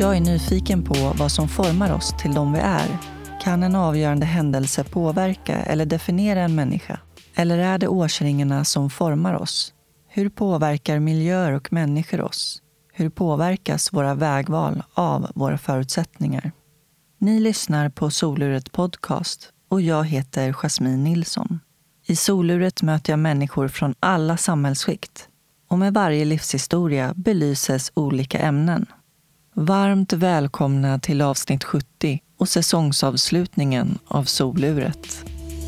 Jag är nyfiken på vad som formar oss till de vi är. Kan en avgörande händelse påverka eller definiera en människa? Eller är det årsringarna som formar oss? Hur påverkar miljöer och människor oss? Hur påverkas våra vägval av våra förutsättningar? Ni lyssnar på Soluret podcast och jag heter Jasmine Nilsson. I Soluret möter jag människor från alla samhällsskikt och med varje livshistoria belyses olika ämnen. Varmt välkomna till avsnitt 70 och säsongsavslutningen av Soluret.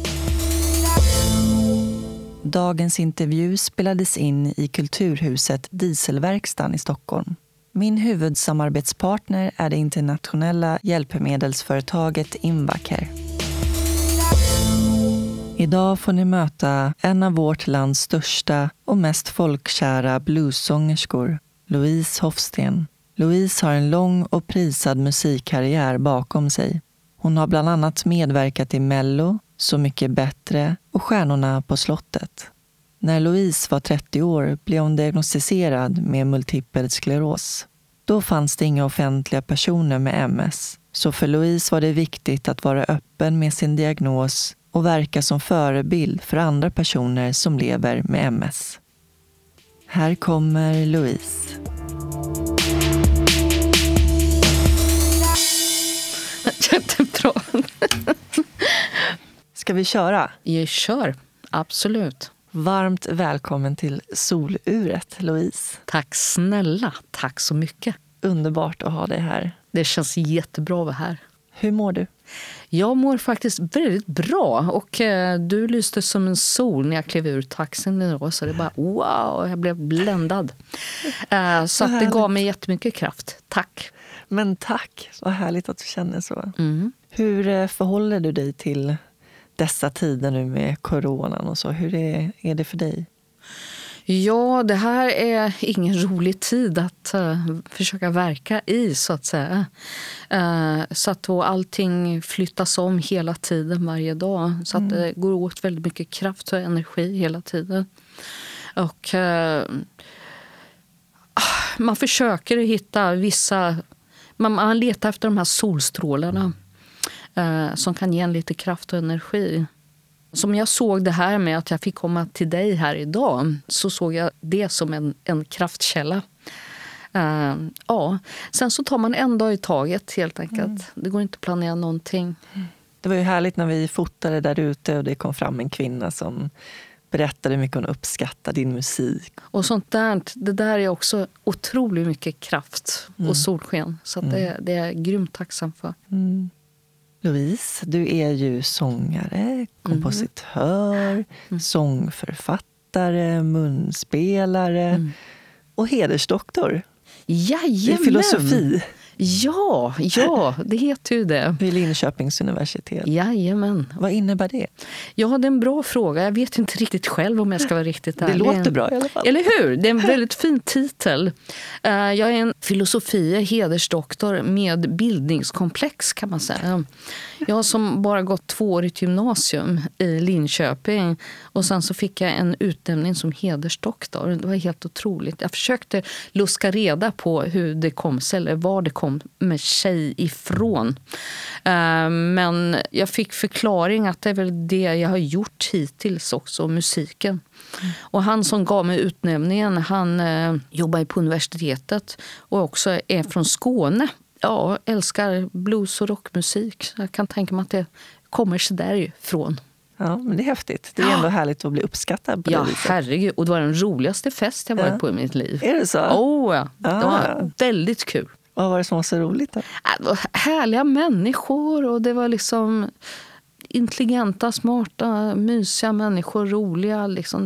Dagens intervju spelades in i Kulturhuset Dieselverkstan i Stockholm. Min huvudsamarbetspartner är det internationella hjälpmedelsföretaget Invacare. Idag får ni möta en av vårt lands största och mest folkkära bluessångerskor, Louise Hofsten. Louise har en lång och prisad musikkarriär bakom sig. Hon har bland annat medverkat i Mello, Så mycket bättre och Stjärnorna på slottet. När Louise var 30 år blev hon diagnostiserad med multipel skleros. Då fanns det inga offentliga personer med MS. Så för Louise var det viktigt att vara öppen med sin diagnos och verka som förebild för andra personer som lever med MS. Här kommer Louise. Jättebra. Ska vi köra? Jag kör, absolut. Varmt välkommen till Soluret, Louise. Tack snälla, tack så mycket. Underbart att ha dig här. Det känns jättebra att vara här. Hur mår du? Jag mår faktiskt väldigt bra och du lyste som en sol när jag klev ur taxin idag. Så det bara wow, jag blev bländad. Så att det gav mig jättemycket kraft. Tack. Men tack, vad härligt att du känner så. Mm. Hur förhåller du dig till dessa tider nu med coronan och så? Hur är det för dig? Ja, det här är ingen rolig tid att försöka verka i, så att säga. Så att då allting flyttas om hela tiden, varje dag. Så att det går åt väldigt mycket kraft och energi hela tiden. Och man försöker hitta vissa... Man letar efter de här solstrålarna som kan ge en lite kraft och energi. Som jag såg det här med att jag fick komma till dig här idag, så såg jag det som en kraftkälla. Ja. Sen så tar man en dag i taget helt enkelt. Det går inte att planera någonting. Det var ju härligt när vi fotade där ute och det kom fram en kvinna som berättade hur mycket hon uppskattar din musik. Och sånt där, det där är också otroligt mycket kraft och solsken. Så att det är jag grymt tacksam för. Mm. Louise, du är ju sångare, kompositör, sångförfattare, munspelare och hedersdoktor. Jajamän! I filosofi. Ja, det heter ju det. Vid Linköpings universitet. Jajamän. Vad innebär det? Ja, det är en bra fråga. Jag vet inte riktigt själv om jag ska vara riktigt ärlig. Det låter bra i alla fall. Eller hur? Det är en väldigt fin titel. Jag är en hedersdoktor med bildningskomplex, kan man säga. Jag har som bara gått 2-årigt gymnasium i Linköping och sen så fick jag en utnämning som hedersdoktor. Det var helt otroligt. Jag försökte luska reda på hur det kom sig eller var det kom med sig ifrån. Men jag fick förklaring att det är väl det jag har gjort hittills också, musiken. Och han som gav mig utnämningen, han jobbar på universitetet och också är från Skåne. Ja, älskar blues och rockmusik. Jag kan tänka mig att det kommer sig därifrån. Ja, men det är häftigt. Det är ändå härligt att bli uppskattad på det viset. Ja, herregud. Och det var den roligaste fest jag varit på i mitt liv. Är det så? Ja. Det var väldigt kul. Vad var det som var så roligt då? Det var härliga människor och det var liksom intelligenta, smarta, mysiga människor, roliga. Liksom.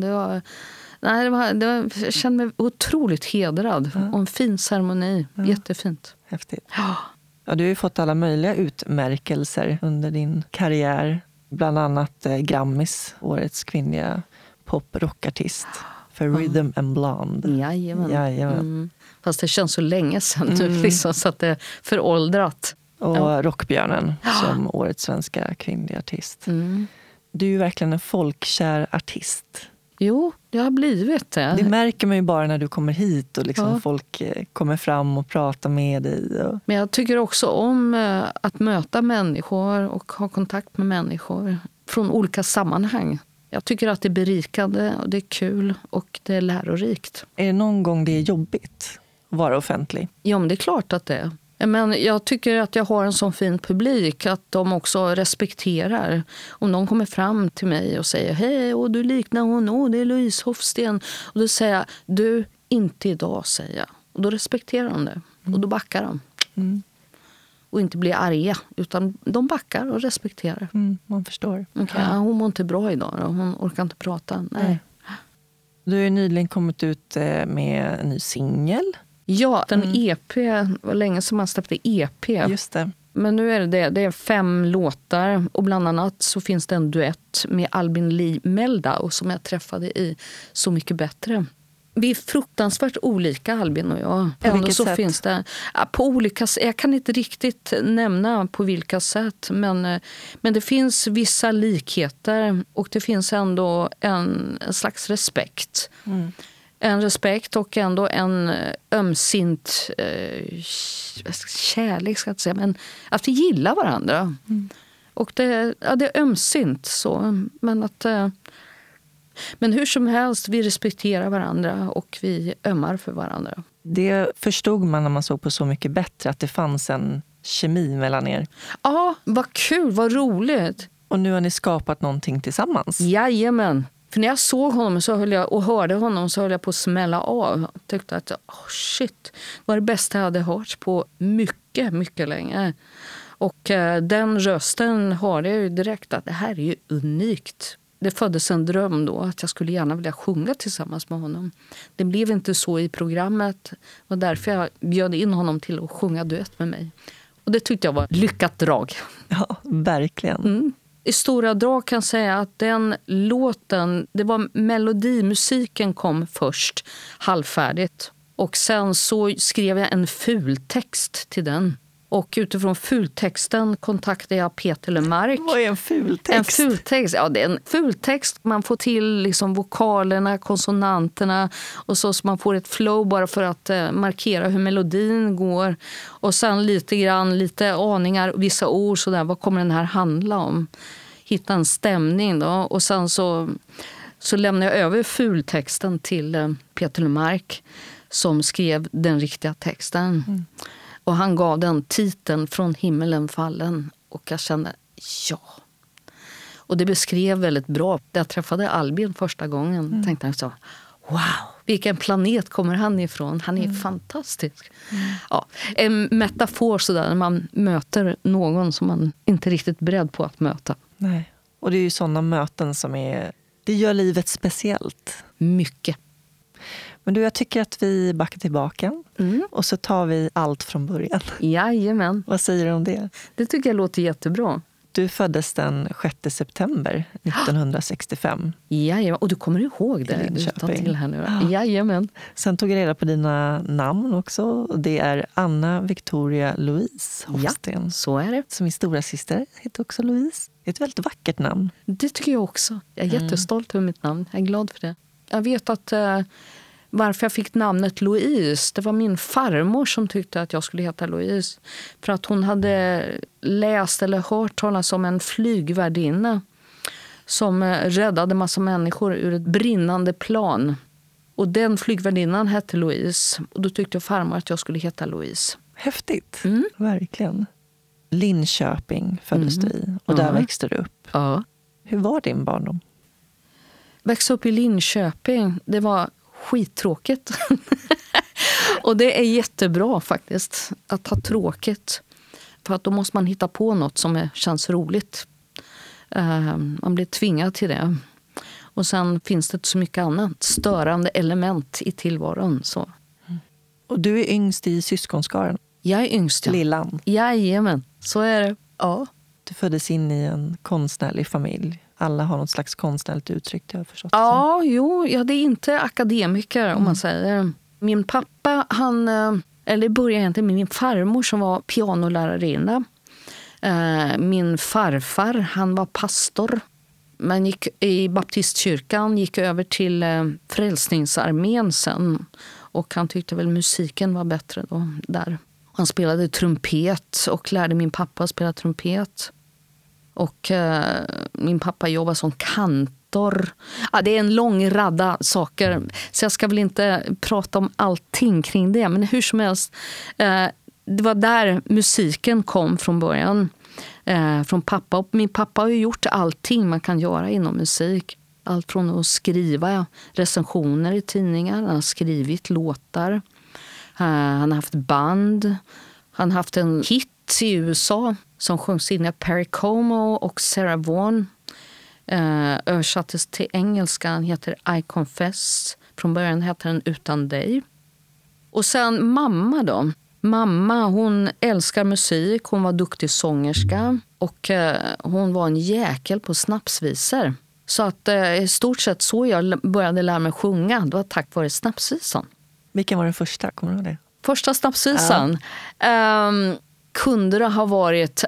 Jag kände mig otroligt hedrad. Och en fin ceremoni. Jättefint. Häftigt. Ja, du har ju fått alla möjliga utmärkelser under din karriär. Bland annat Grammis, årets kvinnliga pop-rockartist för Rhythm and Blonde. Jajamän. Fast det känns så länge sedan nu, liksom, så att det är föråldrat. Och Rockbjörnen som årets svenska kvinnliga artist. Du är ju verkligen en folkkär artist. Jo, jag har blivit det. Det märker man ju bara när du kommer hit och liksom folk kommer fram och pratar med dig. Och... Men jag tycker också om att möta människor och ha kontakt med människor från olika sammanhang. Jag tycker att det är berikande och det är kul och det är lärorikt. Är det någon gång det är jobbigt att vara offentlig? Ja, men det är klart att det är. Men jag tycker att jag har en sån fin publik att de också respekterar. Om någon kommer fram till mig och säger hej, och du liknar hon, det är Louise Hofsten. Och då säger jag, du, inte idag, säger jag. Och då respekterar de det. Och då backar de. Mm. Och inte blir arga, utan de backar och respekterar. Man förstår. Okay, hon mår inte bra idag då. Hon orkar inte prata. Nej. Du har ju nyligen kommit ut med en ny singel. Ja, en EP. Det var länge som man släppte EP. Just det. Men nu är det är 5 låtar. Och bland annat så finns det en duett med Albin Lee Meldau som jag träffade i Så mycket bättre. Vi är fruktansvärt olika, Albin och jag. På vilket så sätt? Finns det på olika. Jag kan inte riktigt nämna på vilka sätt, men det finns vissa likheter och det finns ändå en slags respekt. En respekt och ändå en ömsint kärlek, ska jag säga, men att vi gillar varandra. Och det är ömsint så, men hur som helst, vi respekterar varandra och vi ömmar för varandra. Det förstod man när man såg på Så mycket bättre, att det fanns en kemi mellan er. Ja, vad kul, vad roligt. Och nu har ni skapat någonting tillsammans. Jajamän. För när jag såg honom och hörde honom så höll jag på att smälla av. Jag tyckte att shit, det var det bästa jag hade hört på mycket, mycket länge. Och den rösten hörde jag ju direkt att det här är ju unikt. Det föddes en dröm då att jag skulle gärna vilja sjunga tillsammans med honom. Det blev inte så i programmet och därför jag bjöd in honom till att sjunga duett med mig. Och det tyckte jag var lyckat drag. Ja, verkligen. I stora drag kan jag säga att den låten, det var melodimusiken kom först halvfärdigt. Och sen så skrev jag en fultext till den. Och utifrån fultexten kontaktade jag Peter Lemark. Vad är en fultext? En fultext, ja, det är en fultext. Man får till liksom vokalerna, konsonanterna och så man får ett flow bara för att markera hur melodin går. Och sen lite aningar, vissa ord sådär, vad kommer den här handla om? Hitta en stämning då. Och sen så lämnar jag över fultexten till Peter Lemark som skrev den riktiga texten. Och han gav den titeln Från himmelen fallen. Och jag kände, ja. Och det beskrev väldigt bra. Jag träffade Albin första gången. Tänkte jag så, wow, vilken planet kommer han ifrån? Han är fantastisk. Ja, en metafor sådär när man möter någon som man inte är riktigt beredd på att möta. Nej. Och det är ju sådana möten som det gör livet speciellt. Mycket. Men du, jag tycker att vi backar tillbaka och så tar vi allt från början. Jajamän. Vad säger du om det? Det tycker jag låter jättebra. Du föddes den 6 september 1965. Jajamän, och du kommer ihåg det. Du tar till här nu. Jajamän. Sen tog jag reda på dina namn också. Det är Anna Victoria Louise Hofsten. Ja, så är det. Som min stora syster heter också Louise. Det är ett väldigt vackert namn. Det tycker jag också. Jag är jättestolt över mitt namn. Jag är glad för det. Jag vet att varför jag fick namnet Louise, det var min farmor som tyckte att jag skulle heta Louise. För att hon hade läst eller hört talas om en flygvärdinna som räddade massa människor ur ett brinnande plan. Och den flygvärdinnan hette Louise. Och då tyckte farmor att jag skulle heta Louise. Häftigt, verkligen. Linköping föddes du i och där växte du upp. Ja. Hur var din barndom? Växa upp i Linköping, det var skittråkigt. Och det är jättebra faktiskt att ha tråkigt. För att då måste man hitta på något som känns roligt. Man blir tvingad till det. Och sen finns det inte så mycket annat störande element i tillvaron. Så. Och du är yngst i syskonskaran? Jag är yngst, ja. Lillan? Jajamän, så är det. Ja. Du föddes in i en konstnärlig familj. Alla har något slags konstnärligt uttryck, jag har förstått. Ja, det är inte akademiker om man säger. Min pappa, eller började egentligen med min farmor som var pianolärarinna. Min farfar, han var pastor. Men gick i baptistkyrkan, gick över till Frälsningsarmén sen. Och han tyckte väl musiken var bättre då där. Han spelade trumpet och lärde min pappa att spela trumpet. Och min pappa jobbade som kantor. Ja, det är en lång radda saker. Så jag ska väl inte prata om allting kring det. Men hur som helst, det var där musiken kom från början. Från pappa. Och min pappa har ju gjort allting man kan göra inom musik. Allt från att skriva recensioner i tidningar. Han har skrivit låtar. Han har haft band. Han har haft en hit i USA som sjöngs in av Perry Como och Sarah Vaughan. Översattes till engelska. Den heter I Confess. Från början heter den Utan dig. Och sen mamma då. Mamma, hon älskar musik. Hon var duktig sångerska. Och hon var en jäkel på snapsvisor. Så att i stort sett så jag började lära mig sjunga. Det var tack vare snapsvisan. Vilken var den första? Kommer du ihåg det? Första snapsvisan? Ja. Kunde det ha varit...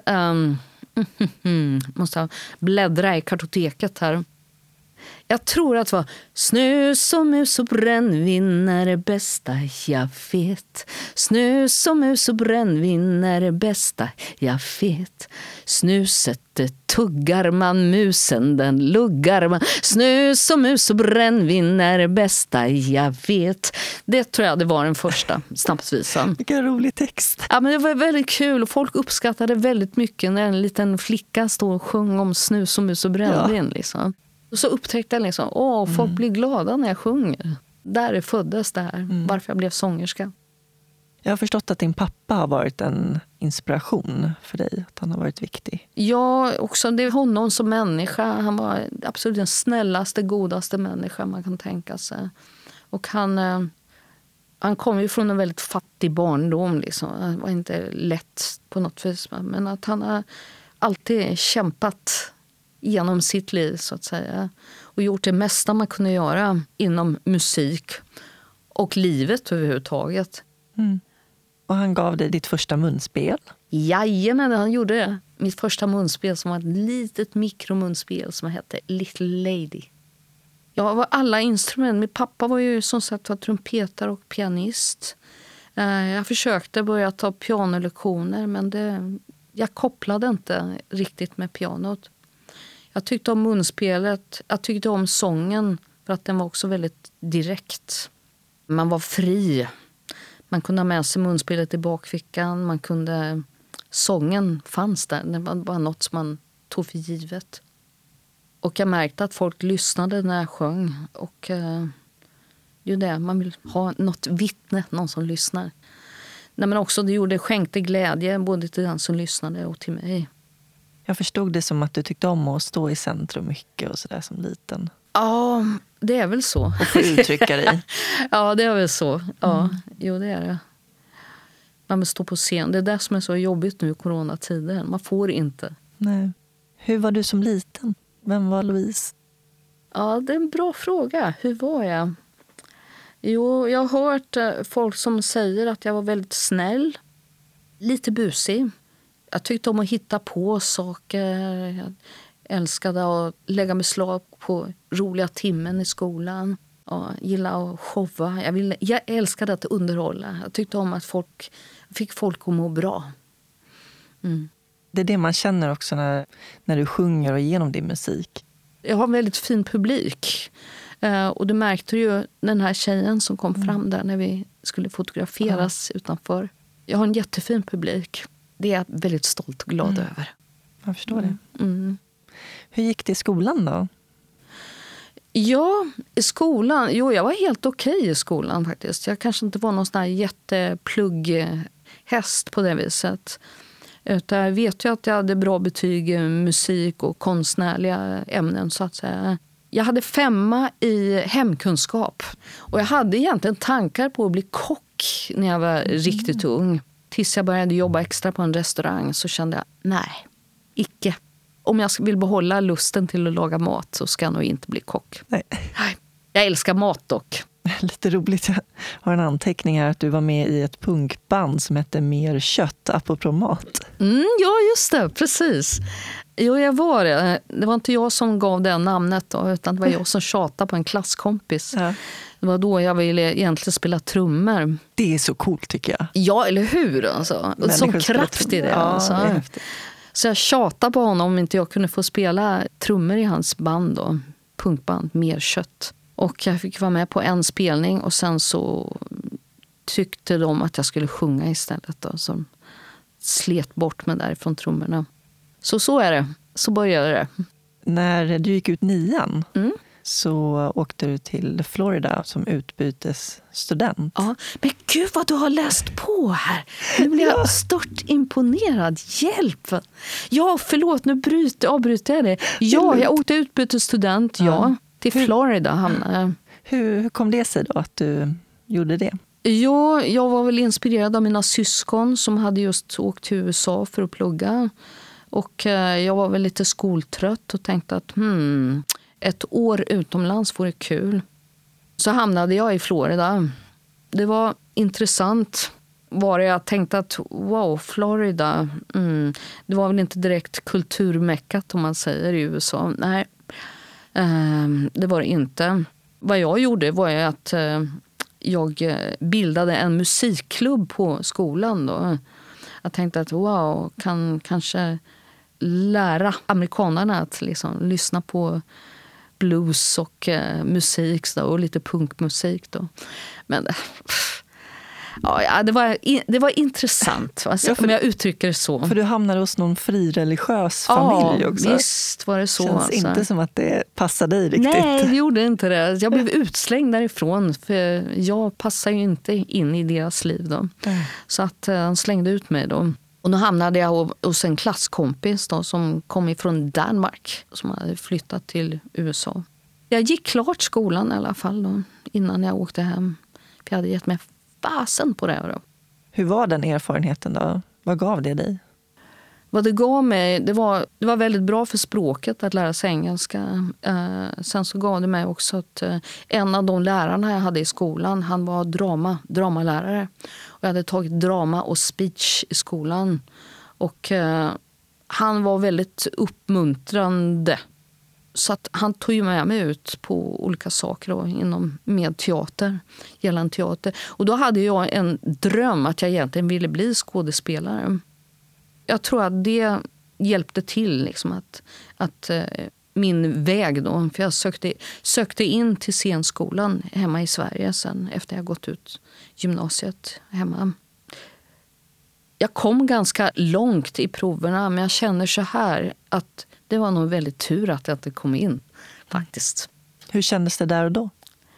måste bläddra i kartoteket här. Jag tror att det var snus och mus och brännvin är det bästa jag vet. Snus och mus och brännvin är det bästa jag vet. Snuset det tuggar man, musen den luggar man. Snus och mus och brännvin är det bästa jag vet. Det tror jag det var den första snapsvisan. Vilken rolig text. Ja, men det var väldigt kul och folk uppskattade väldigt mycket när en liten flicka stod och sjöng om snus och mus och brännvin liksom. Och så upptäckte jag liksom, folk blir glada när jag sjunger. Där föddes det här, varför jag blev sångerska. Jag har förstått att din pappa har varit en inspiration för dig, att han har varit viktig. Ja, också det är honom som människa. Han var absolut den snällaste, godaste människa man kan tänka sig. Och han kom ju från en väldigt fattig barndom. Liksom. Det var inte lätt på något vis. Men att han har alltid kämpat genom sitt liv så att säga. Och gjort det mesta man kunde göra inom musik och livet överhuvudtaget. Mm. Och han gav dig ditt första munspel? Jajamän, han gjorde det. Mitt första munspel som var ett litet mikromunspel som hette Little Lady. Jag var alla instrument. Min pappa var ju som sagt var trumpetare och pianist. Jag försökte börja ta pianolektioner men jag kopplade inte riktigt med pianot. Jag tyckte om munspelet, jag tyckte om sången för att den var också väldigt direkt. Man var fri. Man kunde ha med sig munspelet i bakfickan. Sången fanns där. Det var bara något som man tog för givet. Och jag märkte att folk lyssnade när jag sjöng. Och man vill ha något vittne, någon som lyssnar. Nej, men också det skänkte glädje både till den som lyssnade och till mig. Jag förstod det som att du tyckte om att stå i centrum mycket och sådär som liten. Ja, det är väl så. Och få uttrycka dig. Ja, det är väl så. Ja, jo det är det. Man vill stå på scen. Det är det som är så jobbigt nu i coronatider. Man får inte. Nej. Hur var du som liten? Vem var Louise? Ja, det är en bra fråga. Hur var jag? Jo, jag har hört folk som säger att jag var väldigt snäll. Lite busig. Jag tyckte om att hitta på saker. Jag älskade att lägga beslag på roliga timmen i skolan. Jag gillade att showa. Jag älskade att underhålla. Jag tyckte om att fick folk att må bra. Mm. Det är det man känner också när du sjunger och genom din musik. Jag har en väldigt fin publik. Och du märkte ju den här tjejen som kom fram där när vi skulle fotograferas utanför. Jag har en jättefin publik. Det är jag väldigt stolt och glad över. Jag förstår det. Mm. Hur gick det i skolan då? Ja, i skolan. Jo, jag var helt okej i skolan faktiskt. Jag kanske inte var någon sån här jätteplugghäst på det viset. Utan jag vet ju att jag hade bra betyg i musik och konstnärliga ämnen så att säga. Jag hade 5 i hemkunskap. Och jag hade egentligen tankar på att bli kock när jag var riktigt ung. Tills jag började jobba extra på en restaurang så kände jag, nej, icke. Om jag vill behålla lusten till att laga mat så ska jag nog inte bli kock. Nej. Jag älskar mat dock. Lite roligt, jag har en anteckning här att du var med i ett punkband som hette Mer kött, apropå mat. Ja, just det, precis. Jo, jag var det. Det var inte jag som gav det namnet då, utan det var jag som tjatade på en klasskompis. Ja. Det var då jag ville egentligen spela trummor. Det är så coolt tycker jag. Ja, eller hur? Alltså. Som kraft i det. Ja, alltså. Det är häftigt. Så jag tjatade på honom om inte jag kunde få spela trummor i hans band då. Punkband, Mer kött. Och jag fick vara med på en spelning och sen så tyckte de att jag skulle sjunga istället då. Så slet bort mig där från trummorna. Så är det. Så började det. När du gick ut 9 så åkte du till Florida som utbytesstudent. Ja, men gud vad du har läst på här. Nu blir jag stört imponerad. Hjälp! Ja, förlåt, nu avbryter jag det. Ja, jag åkte utbytesstudent, till Florida hamnade jag. Hur kom det sig då att du gjorde det? Ja, jag var väl inspirerad av mina syskon som hade just åkt till USA för att plugga. Och jag var väl lite skoltrött och tänkte att ett år utomlands vore kul. Så hamnade jag i Florida. Det var intressant. Jag tänkte att wow, Florida, det var väl inte direkt kulturmäckat om man säger i USA. Nej, det var det inte. Vad jag gjorde var att jag bildade en musikklubb på skolan då. Jag tänkte att wow, kan kanske lära amerikanerna att liksom lyssna på blues och musik då, och lite punkmusik då. Men det var intressant alltså, om jag uttrycker det så. För du hamnade hos någon frireligiös familj också. Ja, visst var det så. Känns alltså. Inte som att det passade dig riktigt. Nej, det gjorde inte det. Jag blev utslängd därifrån för jag passar ju inte in i deras liv då. Så att han slängde ut mig då. Och då hamnade jag hos en klasskompis då, som kom ifrån Danmark som hade flyttat till USA. Jag gick klart skolan i alla fall då, innan jag åkte hem. För jag hade gett mig fasen på det då. Hur var den erfarenheten då? Vad gav det dig? Vad det gav mig, det var väldigt bra för språket att lära sig engelska. Sen så gav det mig också att en av de lärarna jag hade i skolan, han var dramalärare. Och jag hade tagit drama och speech i skolan. Och han var väldigt uppmuntrande. Så att han tog ju med mig ut på olika saker då, med teater, gällande teater. Och då hade jag en dröm att jag egentligen ville bli skådespelare. Jag tror att det hjälpte till liksom att min väg då. För jag sökte in till scenskolan hemma i Sverige sen efter jag gått ut gymnasiet hemma. Jag kom ganska långt i proverna, men jag känner så här att det var nog väldigt tur att jag inte kom in faktiskt. Hur kändes det där och då?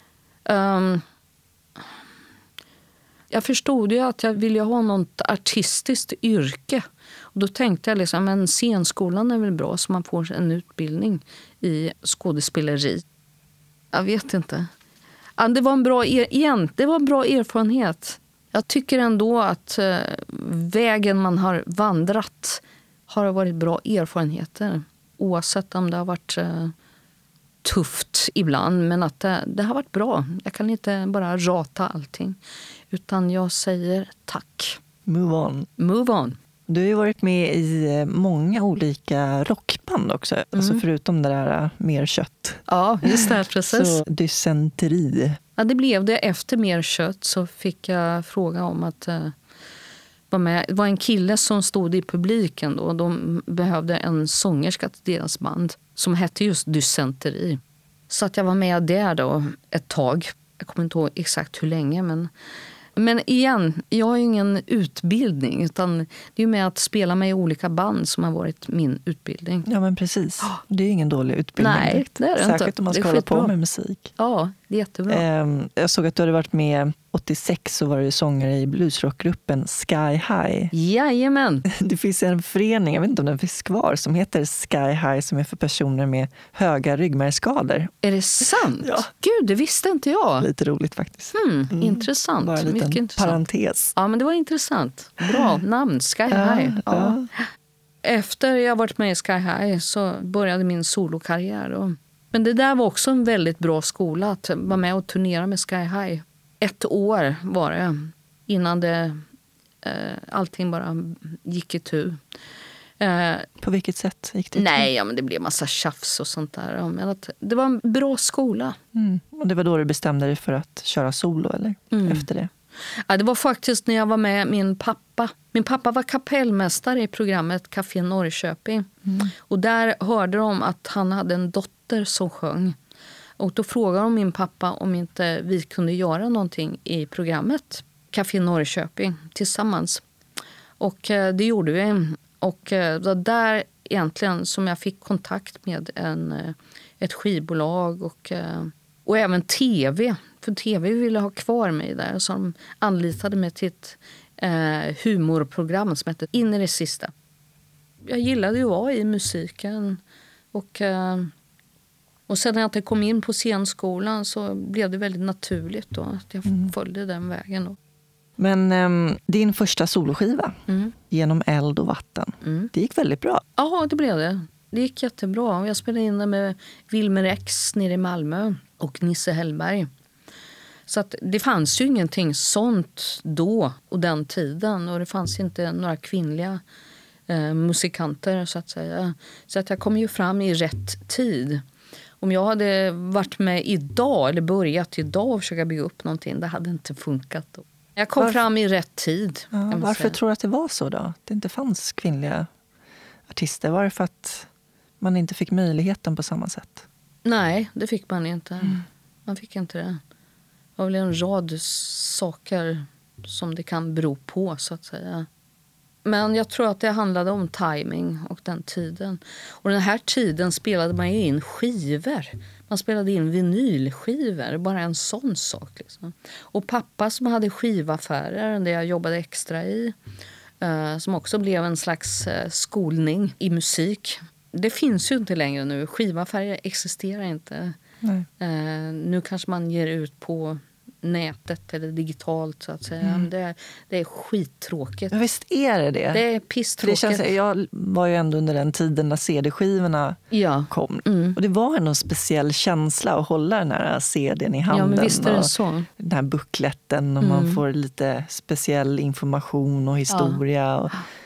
Jag förstod ju att jag ville ha något artistiskt yrke. Och då tänkte jag liksom, men scenskolan är väl bra så man får en utbildning i skådespeleri. Jag vet inte. Det var en bra erfarenhet. Jag tycker ändå att vägen man har vandrat har varit bra erfarenheter. Oavsett om det har varit tufft ibland, men att det har varit bra. Jag kan inte bara rata allting, utan jag säger tack. Move on. Move on. Du har ju varit med i många olika rockband också, alltså förutom det där Mer kött. Ja, just det, precis. Så dysenteri. Ja, det blev det. Efter Mer kött så fick jag fråga om att vara med. Det var en kille som stod i publiken då, och de behövde en sångerska till deras band som hette just Dysenteri. Så att jag var med där då ett tag. Jag kommer inte ihåg exakt hur länge, men igen, jag har ju ingen utbildning, utan det är ju med att spela med i olika band som har varit min utbildning. Ja, men precis. Det är ingen dålig utbildning. Nej, det är det Särskilt inte. om man ska hålla på med musik. Ja, det är jättebra. Jag såg att du hade varit med 86, så var du sångare i bluesrockgruppen Sky High. Jajamän! Det finns en förening, jag vet inte om den finns kvar, som heter Sky High, som är för personer med höga ryggmärgsskador. Är det sant? Ja. Gud, det visste inte jag. Lite roligt faktiskt. Intressant. Bara en liten mycket intressant. parentes. Ja, men det var intressant. Bra namn, Sky High. Ja. Efter jag varit med i Sky High så började min solokarriär då. Men det där var också en väldigt bra skola, att vara med och turnera med Sky High. 1 år var det innan allting bara gick itu. På vilket sätt gick det? Nej, men det blev massa tjafs och sånt där. Men att det var en bra skola. Och det var då du bestämde dig för att köra solo, eller? Efter det? Ja, det var faktiskt när jag var med min pappa. Min pappa var kapellmästare i programmet Café Norrköping. Och där hörde de att han hade en dotter som sjöng. Och då frågade de min pappa om inte vi kunde göra någonting i programmet Café Norrköping tillsammans. Och det gjorde vi. Och det var där egentligen som jag fick kontakt med ett skivbolag och även tv. För tv ville ha kvar mig där. Så de anlitade mig till ett humorprogram som hette In i det sista. Jag gillade ju att vara i musiken. Och sen när jag kom in på scenskolan så blev det väldigt naturligt då att jag följde den vägen då. Men din första soloskiva, Genom eld och vatten, det gick väldigt bra. Ja, det blev det. Det gick jättebra. Jag spelade in den med Wilmer X nere i Malmö och Nisse Hellberg. Så att det fanns ju ingenting sånt då och den tiden. Och det fanns inte några kvinnliga musikanter så att säga. Så att jag kom ju fram i rätt tid. Om jag hade varit med idag eller börjat idag och försöka bygga upp någonting, det hade inte funkat då. Jag kom fram i rätt tid. Ja, varför tror du att det var så då? Att det inte fanns kvinnliga artister? Var det för att man inte fick möjligheten på samma sätt? Nej, det fick man inte. Man fick inte det. Det var väl en rad saker som det kan bero på så att säga. Men jag tror att det handlade om timing och den tiden. Och den här tiden spelade man ju in skivor. Man spelade in vinylskivor, bara en sån sak. Liksom. Och pappa som hade skivaffärer, där jag jobbade extra i, som också blev en slags skolning i musik. Det finns ju inte längre nu. Skivaffärer existerar inte. Nu kanske man ger ut på nätet eller digitalt så att säga. Det är skittråkigt. Men visst är det det? Det är pisstråkigt. Det känns, jag var ju ändå under den tiden när CD-skivorna kom. Och det var ändå en speciell känsla att hålla den här CD:n i handen. Ja, men visst är det så. Den här bukletten och man får lite speciell information och historia.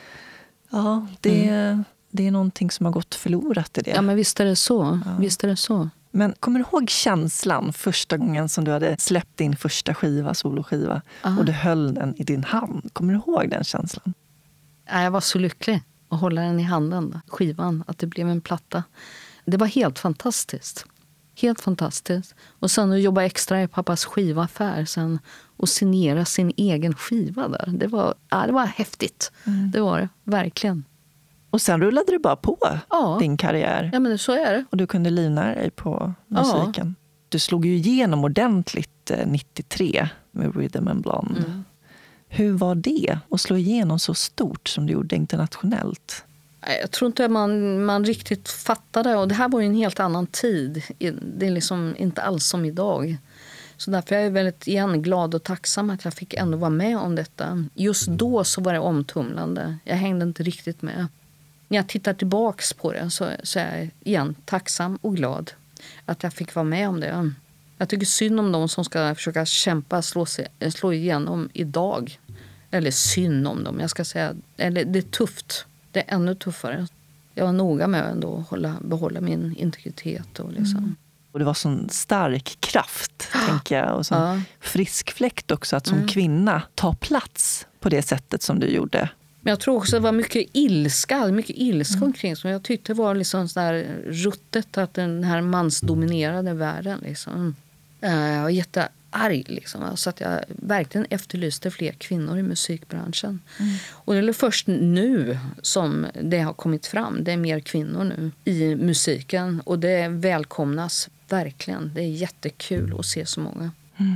Ja, det är någonting som har gått förlorat i det. Ja, men visst är det så. Ja. Visst är det så. Men kommer du ihåg känslan första gången som du hade släppt din första skiva, soloskiva, och du höll den i din hand? Kommer du ihåg den känslan? Ja, jag var så lycklig att hålla den i handen, skivan, att det blev en platta. Det var helt fantastiskt. Helt fantastiskt. Och sen att jobba extra i pappas skivaffär sen och signera sin egen skiva där. Det var häftigt. Det var det, verkligen. Och sen rullade det bara på din karriär. Ja, men så är det. Och du kunde livnära dig på musiken. Du slog ju igenom ordentligt 93 med Rhythm and Blonde. Hur var det att slå igenom så stort som du gjorde internationellt? Jag tror inte man riktigt fattade. Och det här var ju en helt annan tid. Det är liksom inte alls som idag. Så därför är jag väldigt glad och tacksam att jag fick ändå vara med om detta. Just då så var det omtumlande. Jag hängde inte riktigt med. När jag tittar tillbaks på det så är jag igen tacksam och glad att jag fick vara med om det. Jag tycker synd om de som ska försöka kämpa slå igenom idag. Eller synd om dem, jag ska säga. Eller det är tufft. Det är ännu tuffare. Jag var noga med ändå att behålla min integritet. Och liksom. Och det var sån stark kraft, tänker jag. Och sån frisk fläkt också att som kvinna ta plats på det sättet som du gjorde. Men jag tror också att det var mycket ilska omkring som jag tyckte var liksom så där ruttet att den här mansdominerade världen liksom. Jag var jättearg liksom, så att jag verkligen efterlyste fler kvinnor i musikbranschen. Och det är först nu som det har kommit fram. Det är mer kvinnor nu i musiken och det välkomnas verkligen. Det är jättekul att se så många.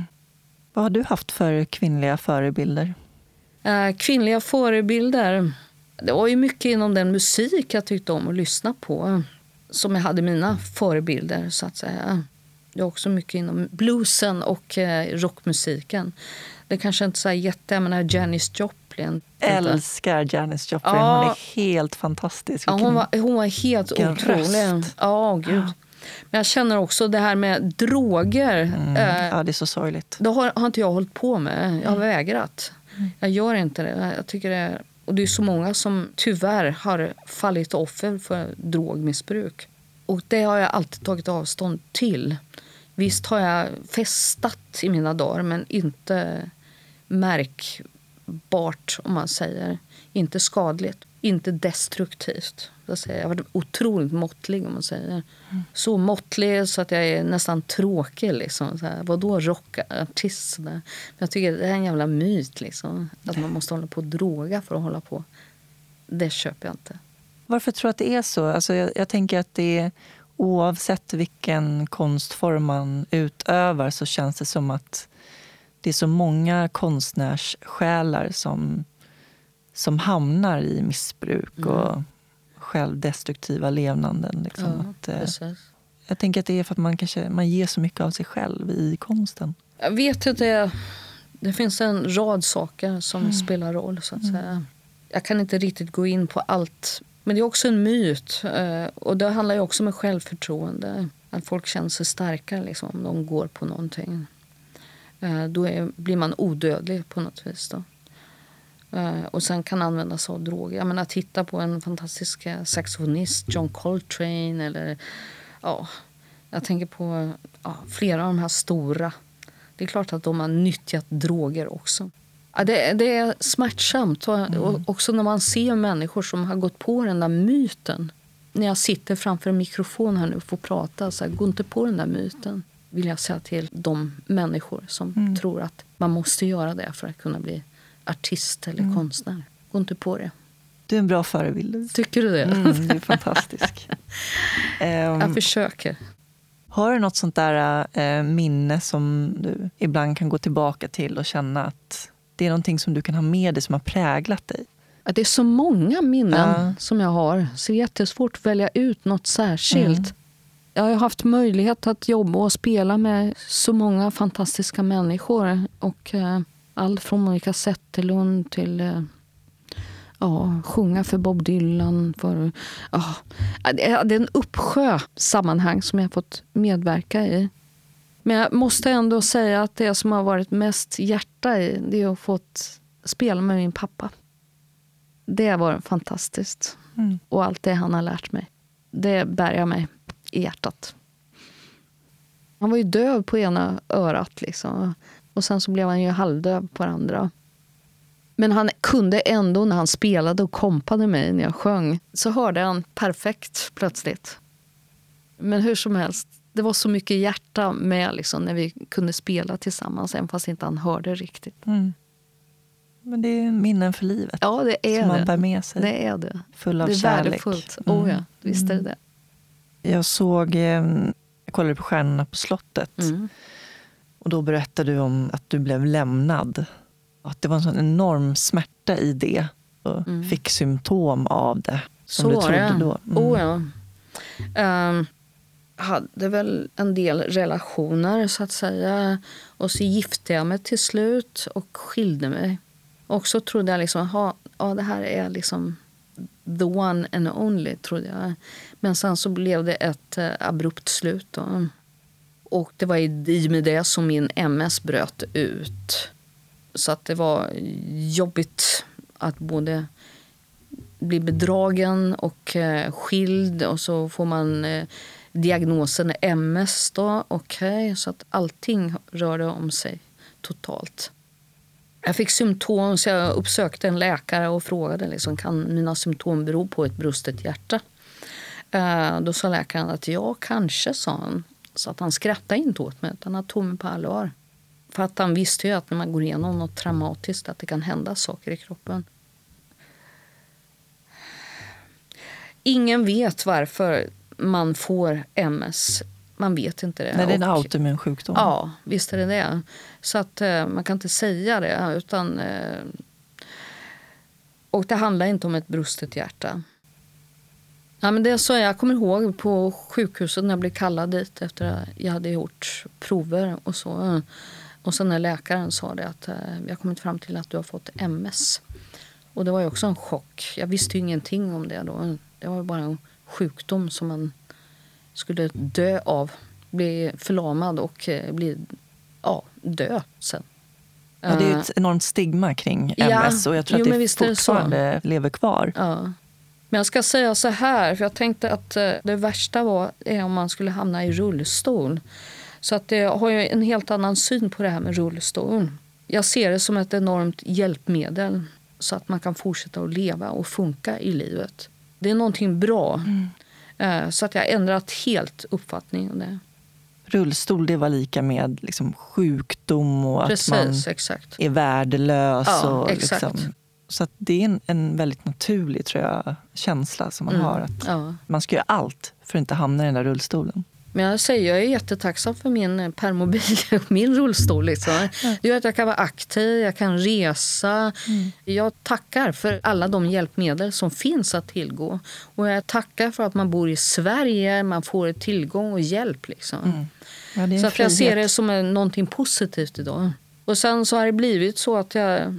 Vad har du haft för kvinnliga förebilder? Kvinnliga förebilder, det var ju mycket inom den musik jag tyckte om att lyssna på som jag hade mina förebilder så att säga. Det är också mycket inom bluesen och rockmusiken. Det kanske inte så jätte, men Janis Joplin. Älskar Janis Joplin, hon är helt fantastisk. Ja, hon var helt otrolig. Ja, gud. Men jag känner också det här med droger. Ja, det är så sorgligt. Det har inte jag hållit på med. Jag har vägrat. Jag gör inte det. Jag tycker det är Och det är så många som tyvärr har fallit offer för drogmissbruk. Och det har jag alltid tagit avstånd till. Visst har jag festat i mina dagar, men inte märkbart, om man säger. Inte skadligt, inte destruktivt. Jag har varit otroligt måttlig, om man säger. Så måttlig så att jag är nästan tråkig. Liksom. Vadå rockartist? Men jag tycker det är en jävla myt. Liksom. Att man måste hålla på och droga för att hålla på. Det köper jag inte. Varför tror du att det är så? Alltså jag tänker att det är, oavsett vilken konstform man utövar, så känns det som att det är så många konstnärssjälar som hamnar i missbruk och självdestruktiva levnanden. Liksom. Jag tänker att det är för att man ger så mycket av sig själv i konsten. Jag vet inte. Det finns en rad saker som spelar roll, så att säga. Jag kan inte riktigt gå in på allt. Men det är också en myt. Och det handlar ju också om självförtroende. Att folk känner sig starkare liksom, om de går på någonting. Då blir man odödlig på något vis då. Och sen kan användas av droger. Jag menar, titta på en fantastisk saxofonist, John Coltrane, eller jag tänker på flera av de här stora. Det är klart att de har nyttjat droger också. Det är smärtsamt. Och också när man ser människor som har gått på den där myten. När jag sitter framför en mikrofon här nu och får prata, så här, gå inte på den där myten. Vill jag säga till de människor som tror att man måste göra det för att kunna bli artist eller konstnär. Gå inte på det. Du är en bra förebild. Tycker du det? Du är fantastisk. Jag försöker. Har du något sånt där minne som du ibland kan gå tillbaka till och känna att det är någonting som du kan ha med dig som har präglat dig? Det är så många minnen som jag har. Så det är jättesvårt att välja ut något särskilt. Jag har haft möjlighet att jobba och spela med så många fantastiska människor. Och allt från Monica Zetterlund till sjunga för Bob Dylan. Det är en uppsjö sammanhang som jag har fått medverka i. Men jag måste ändå säga att det som har varit mest hjärta i, det är att få spela med min pappa. Det var fantastiskt. Och allt det han har lärt mig, det bär jag mig i hjärtat. Han var ju döv på ena örat liksom. Och sen så blev han ju halvdöv på det andra. Men han kunde ändå, när han spelade och kompade mig när jag sjöng, så hörde han perfekt plötsligt. Men hur som helst, det var så mycket hjärta med liksom, när vi kunde spela tillsammans, även fast inte han hörde riktigt. Men det är minnen för livet. Ja, det är som det. man bär med sig. Det är det. Full av det är kärlek. Värdefullt. Visst är det det. Jag kollade på Stjärnorna på slottet. Och då berättade du om att du blev lämnad. Att det var en sån enorm smärta i det. Och fick symptom av det. Som så du var trodde det. Då. Hade väl en del relationer, så att säga. Och så gifte jag mig till slut och skilde mig. Och så trodde jag liksom, det här är liksom the one and only, trodde jag. Men sen så blev det ett abrupt slut då. Och det var i med det som min MS bröt ut. Så att det var jobbigt att både bli bedragen och skild. Och så får man diagnosen MS då. Okej, så att allting rörde om sig totalt. Jag fick symptom, så jag uppsökte en läkare och frågade liksom, kan mina symptom bero på ett brustet hjärta? Då sa läkaren att kanske, sa han. Så att han skrattade inte åt mig, utan han tog mig på allvar. För att han visste ju att när man går igenom något traumatiskt, att det kan hända saker i kroppen. Ingen vet varför man får MS. Man vet inte det. Nej, det är en autoimmun sjukdom. Ja, visst är det det. Så att man kan inte säga det. Utan, och det handlar inte om ett brustet hjärta. Ja, men det så jag kommer ihåg på sjukhuset när jag blev kallad dit efter att jag hade gjort prover och så. Och sen när läkaren sa det att vi har kommit fram till att du har fått MS. Och det var ju också en chock. Jag visste ju ingenting om det då. Det var bara en sjukdom som man skulle dö av. Bli förlamad och dö sen. Ja, det är ju ett enormt stigma kring MS och jag tror att det fortfarande lever kvar. Ja. Men jag ska säga så här, för jag tänkte att det värsta är om man skulle hamna i rullstol. Så att jag har ju en helt annan syn på det här med rullstol. Jag ser det som ett enormt hjälpmedel så att man kan fortsätta att leva och funka i livet. Det är någonting bra. Så att jag har ändrat helt uppfattning om det. Rullstol, det var lika med liksom sjukdom och precis, att man exakt. är värdelös. Ja, och exakt. Liksom, så att det är en väldigt naturlig, tror jag, känsla som man har. Att man ska göra allt för att inte hamna i den där rullstolen. Men jag är jättetacksam för min permobil och min rullstol. Liksom. Det gör att jag kan vara aktiv, jag kan resa. Jag tackar för alla de hjälpmedel som finns att tillgå. Och jag tackar för att man bor i Sverige, man får tillgång och hjälp. Liksom. Ja, det är så att jag ser det som någonting positivt idag. Och sen så har det blivit så att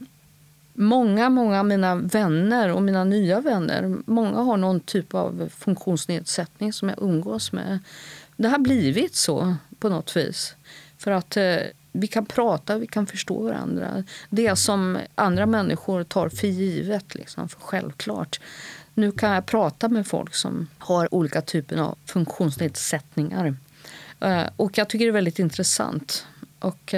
många av mina vänner och mina nya vänner, många har någon typ av funktionsnedsättning som jag umgås med. Det har blivit så på något vis. För att vi kan prata, vi kan förstå varandra. Det som andra människor tar för givet, liksom, för självklart. Nu kan jag prata med folk som har olika typer av funktionsnedsättningar. Och jag tycker det är väldigt intressant. Och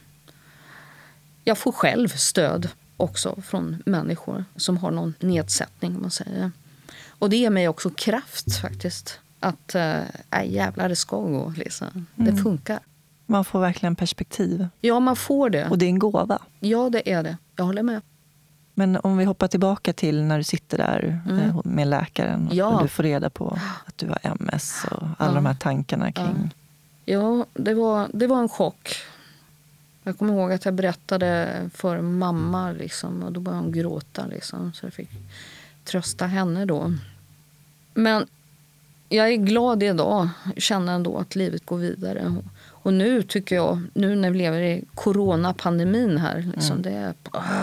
jag får själv stöd också från människor som har någon nedsättning, man säger. Och det ger mig också kraft faktiskt. Att jävlar, det ska gå. Liksom. Det funkar. Man får verkligen perspektiv. Ja, man får det. Och det är en gåva. Ja, det är det. Jag håller med. Men om vi hoppar tillbaka till när du sitter där med läkaren och du får reda på att du har MS och alla de här tankarna kring. Ja, det var en chock. Jag kommer ihåg att jag berättade för mamma liksom, och då började hon gråta. Liksom, så jag fick trösta henne då. Men jag är glad idag. Jag känner ändå att livet går vidare. Och nu tycker jag, nu när vi lever i coronapandemin här, liksom, det är...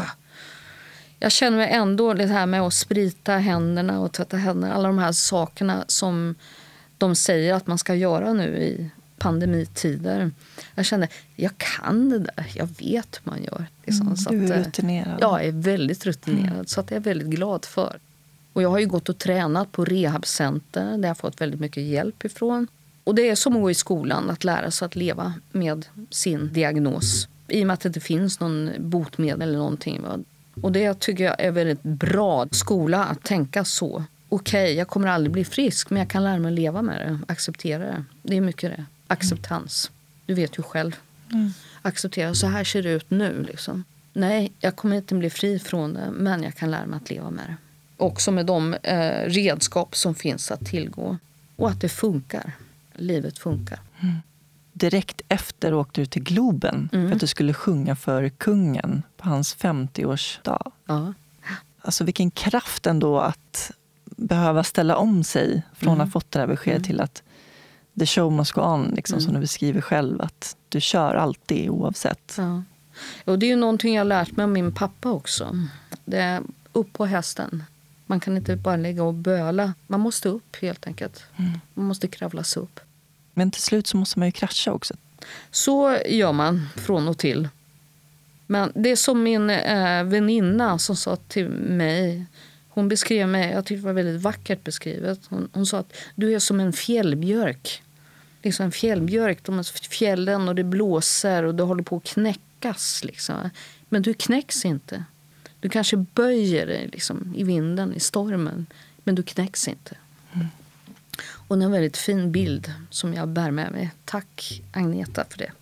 Jag känner mig ändå det här med att sprita händerna och tvätta händerna. Alla de här sakerna som de säger att man ska göra nu i pandemitider. Jag känner, jag kan det där. Jag vet hur man gör. Liksom, så du är rutinerad. Jag är väldigt rutinerad. Så att jag är väldigt glad för. Och jag har ju gått och tränat på rehabcenter där jag har fått väldigt mycket hjälp ifrån. Och det är som att gå i skolan, att lära sig att leva med sin diagnos. I och med att det inte finns någon botemedel eller någonting. Va? Och det tycker jag är väldigt bra skola att tänka så. Okej, jag kommer aldrig bli frisk, men jag kan lära mig att leva med det. Acceptera det. Det är mycket det. Acceptans. Du vet ju själv. Acceptera, så här ser det ut nu. Liksom. Nej, jag kommer inte bli fri från det, men jag kan lära mig att leva med det. Också med de redskap som finns att tillgå. Och att det funkar. Livet funkar. Direkt efter åkte du till Globen för att du skulle sjunga för kungen på hans 50-årsdag. Ja. Alltså vilken kraft ändå att behöva ställa om sig från att ha fått det här beskedet till att the show must go on, liksom, som du beskriver själv. Att du kör alltid oavsett. Ja. Och det är ju någonting jag har lärt mig av min pappa också. Det är upp på hästen. Man kan inte bara ligga och böla. Man måste upp helt enkelt. Man måste kravlas upp. Men till slut så måste man ju krascha också. Så gör man från och till. Men det är som min väninna som sa till mig. Hon beskrev mig, jag tyckte det var väldigt vackert beskrivet. Hon sa att du är som en fjällbjörk. Liksom en fjällbjörk, de är fjällen och det blåser och du håller på att knäckas. Liksom. Men du knäcks inte. Du kanske böjer dig liksom, i vinden, i stormen. Men du knäcks inte. Och det är en väldigt fin bild som jag bär med mig. Tack Agneta för det.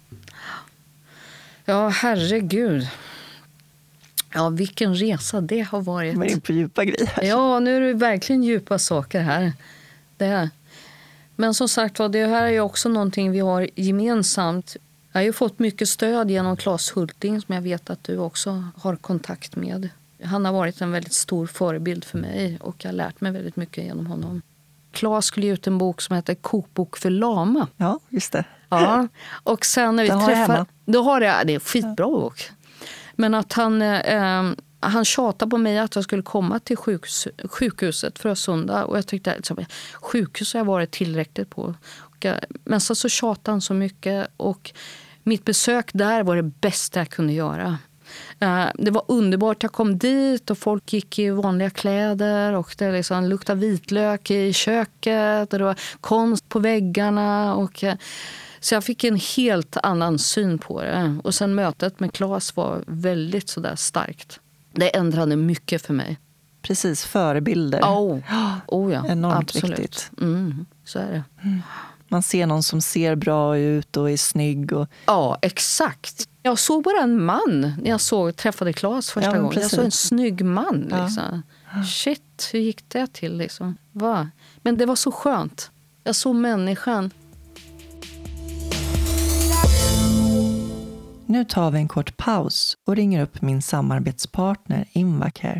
Ja, herregud. Ja, vilken resa det har varit. Man är på djupa grejer. Ja, nu är det verkligen djupa saker här. Det är. Men som sagt, det här är ju också någonting vi har gemensamt. Jag har ju fått mycket stöd genom Claes Hulting som jag vet att du också har kontakt med. Han har varit en väldigt stor förebild för mig och jag har lärt mig väldigt mycket genom honom. Claes skulle ge ut en bok som heter Kokbok för lama. Ja, just det. Ja, och sen när vi träffade... Då har det är en skitbra bok. Men att han tjatade på mig att jag skulle komma till sjukhuset Frösunda. Och jag tyckte att sjukhus har jag varit tillräckligt på. Men så tjatade han så mycket. Och mitt besök där var det bästa jag kunde göra. Det var underbart. Jag kom dit och folk gick i vanliga kläder och det liksom luktade vitlök i köket och det var konst på väggarna. Så jag fick en helt annan syn på det. Och sen mötet med Claes var väldigt sådär starkt. Det ändrade mycket för mig. Precis, förebilder. Ja. Enormt absolut. viktigt. Så är det. Man ser någon som ser bra ut och är snygg. Ja, exakt. Jag såg bara en man när jag träffade Claes första gången. Precis. Jag såg en snygg man. Liksom. Shit, hur gick det till? Liksom? Va? Men det var så skönt. Jag såg människan. Nu tar vi en kort paus och ringer upp min samarbetspartner Invacare.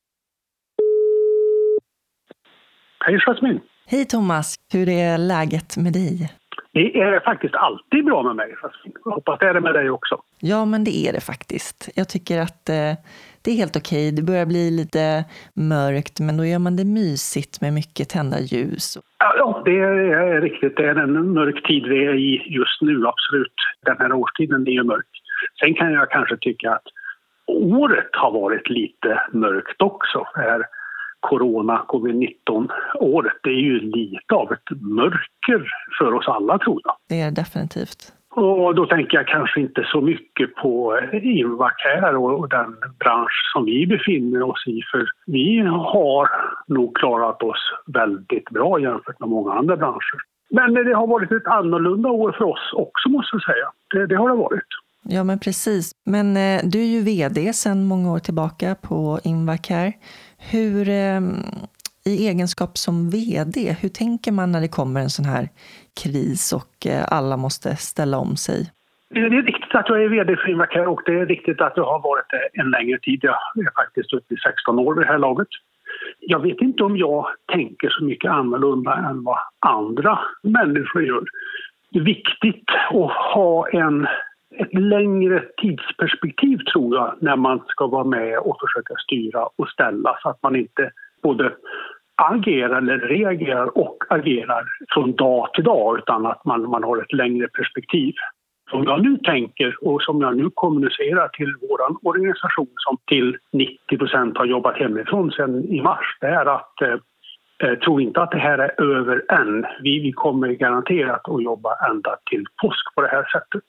Hej Jasmin. Hej Thomas, hur är läget med dig? Det är faktiskt alltid bra med mig. Jag hoppas det är det med dig också. Ja, men det är det faktiskt. Jag tycker att det är helt okej. Det börjar bli lite mörkt, men då gör man det mysigt med mycket tända ljus. Ja, det är riktigt. Det är en mörk tid vi är i just nu, absolut. Den här årstiden är ju mörk. Sen kan jag kanske tycka att året har varit lite mörkt också. Corona, covid-19-året, det är ju lite av ett mörker för oss alla, tror jag. Det är det definitivt. Och då tänker jag kanske inte så mycket på Invacare och den bransch som vi befinner oss i. För vi har nog klarat oss väldigt bra jämfört med många andra branscher. Men det har varit ett annorlunda år för oss också, måste jag säga. Det har det varit. Ja, men precis. Men du är ju vd sedan många år tillbaka på Invacare. Hur, i egenskap som vd, hur tänker man när det kommer en sån här kris och alla måste ställa om sig? Det är riktigt att jag är vd för Invacare och det är riktigt att jag har varit en längre tid. Jag är faktiskt uppe i 16 år vid det här laget. Jag vet inte om jag tänker så mycket annorlunda än vad andra människor gör. Det är viktigt att ha ett längre tidsperspektiv, tror jag, när man ska vara med och försöka styra och ställa, så att man inte både agerar eller reagerar och agerar från dag till dag, utan att man har ett längre perspektiv. Som jag nu tänker och som jag nu kommunicerar till vår organisation, som till 90% har jobbat hemifrån sedan i mars, det är att tror inte att det här är över än. Vi kommer garanterat att jobba ända till påsk på det här sättet.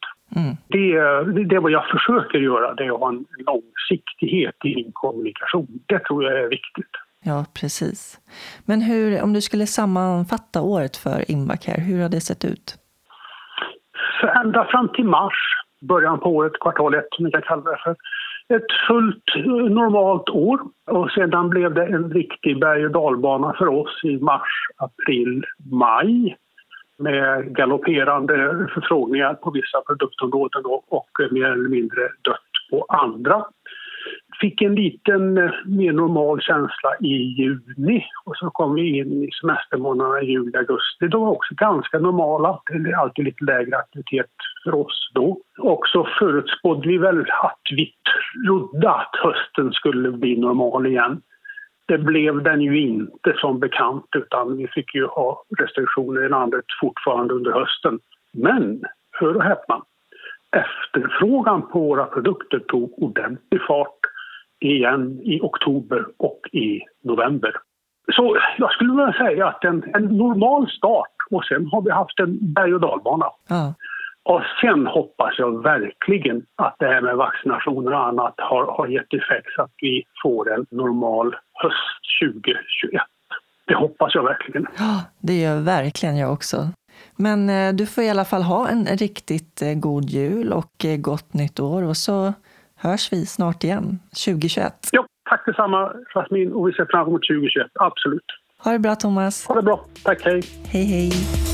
Det är vad jag försöker göra, det är att ha en långsiktighet i min kommunikation. Det tror jag är viktigt. Ja, precis. Men om du skulle sammanfatta året för Invacare, hur har det sett ut? För ända fram till mars, början på året, kvartal 1 som vi kan kalla det för, ett fullt normalt år. Och sedan blev det en riktig berg- och dalbana för oss i mars, april, maj. Med galopperande förfrågningar på vissa produktområden och mer eller mindre dött på andra. Fick en liten mer normal känsla i juni och så kom vi in i semestermånaderna juli, augusti. De var också ganska normala, det är alltid lite lägre aktivitet för oss då. Och så förutspådde vi väl att vi trodde att hösten skulle bli normal igen. Det blev den ju inte som bekant, utan vi fick ju ha restriktioner i landet fortfarande under hösten. Men, hör och häpna, efterfrågan på våra produkter tog ordentlig fart igen i oktober och i november. Så jag skulle vilja säga att en normal start, och sen har vi haft en berg- och dalbana. Ja. Och sen hoppas jag verkligen att det här med vaccinationer och annat har gett effekt så att vi får en normal höst 2021. Det hoppas jag verkligen. Ja, det gör verkligen jag också. Men du får i alla fall ha en riktigt god jul och gott nytt år, och så hörs vi snart igen, 2021. Ja, tack detsamma Jasmin, och vi ser fram emot 2021, absolut. Ha det bra Thomas. Ha det bra, tack, hej. Hej hej.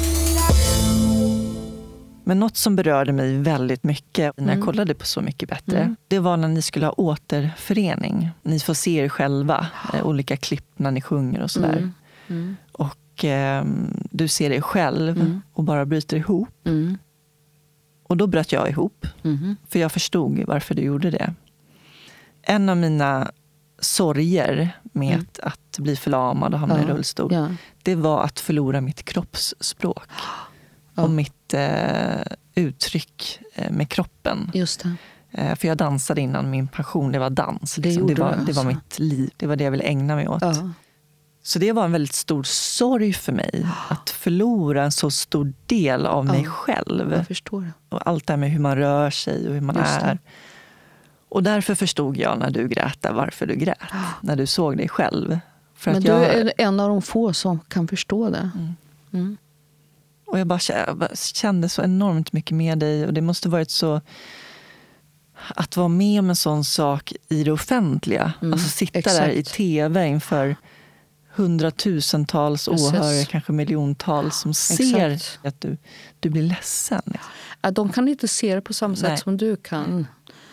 Men något som berörde mig väldigt mycket när jag kollade på Så mycket bättre, det var när ni skulle ha återförening. Ni får se er själva, olika klipp när ni sjunger och sådär. Och du ser dig själv och bara bryter ihop. Och då bröt jag ihop, för jag förstod varför du gjorde det. En av mina sorger med att bli förlamad och hamna i rullstol, det var att förlora mitt kroppsspråk. Och mitt uttryck med kroppen. Just För jag dansade innan min passion, det var dans. Liksom. Det var mitt liv, det var det jag ville ägna mig åt. Ja. Så det var en väldigt stor sorg för mig att förlora en så stor del av mig själv. Jag förstår det. Och allt det här med hur man rör sig och hur man är. Och därför förstod jag när du grät varför du grät. När du såg dig själv. För men att du är en av de få som kan förstå det. Och jag bara kände så enormt mycket med dig. Och det måste varit så... Att vara med om en sån sak i det offentliga. Alltså sitta där i tv inför 100,000-tals åhörare, kanske miljontals som ser att du blir ledsen. De kan inte se det på samma sätt som du kan.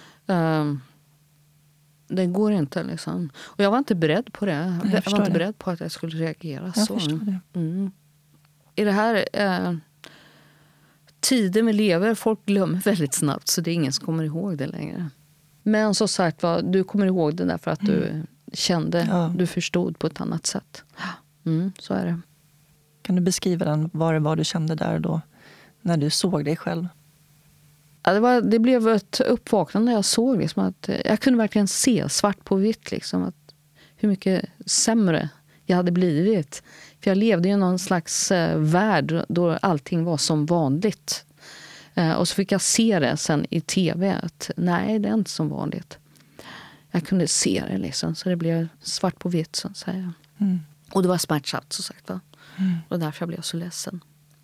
Det går inte liksom. Och jag var inte beredd på det. Jag var inte beredd på att jag skulle reagera så. I det här tiden vi lever, folk glömmer väldigt snabbt så det är ingen som kommer ihåg det längre. Men så sagt du kommer ihåg det därför att du kände, du förstod på ett annat sätt. Så är det. Kan du beskriva vad det var du kände där då, när du såg dig själv? Ja, det blev ett uppvaknande när jag såg liksom, att jag kunde verkligen se svart på vitt liksom, att hur mycket sämre jag hade blivit. För jag levde i någon slags värld då allting var som vanligt. Och så fick jag se det sen i tv att nej, det är inte som vanligt. Jag kunde se det liksom, så det blev svart på vitt så att säga. Och det var smärtsamt så sagt va. Och därför jag blev så ledsen.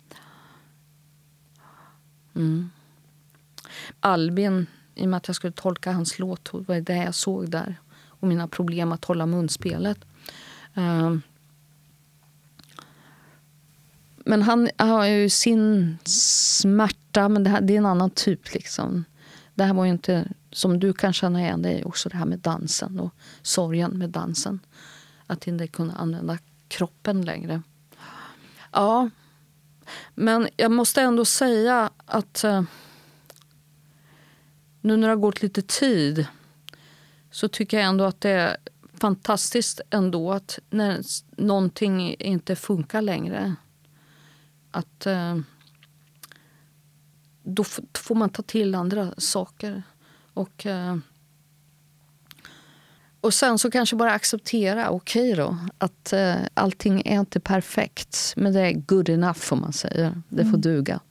Albin, i och med att jag skulle tolka hans låt, var det jag såg där. Och mina problem att hålla munspelet. Men han har ju sin smärta, men det är en annan typ liksom. Det här var ju inte, som du kan känna igen dig också, det här med dansen och sorgen med dansen. Att inte kunna använda kroppen längre. Ja, men jag måste ändå säga att nu när det har gått lite tid så tycker jag ändå att det är fantastiskt ändå att när någonting inte funkar längre att då får man ta till andra saker och sen så kanske bara acceptera då att allting är inte perfekt, men det är good enough får man säga. Det får duga.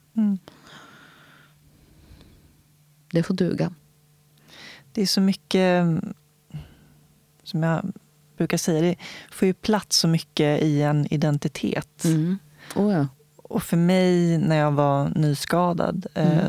Det får duga. Det är så mycket, som jag brukar säga, det får ju plats så mycket i en identitet. Och för mig när jag var nyskadad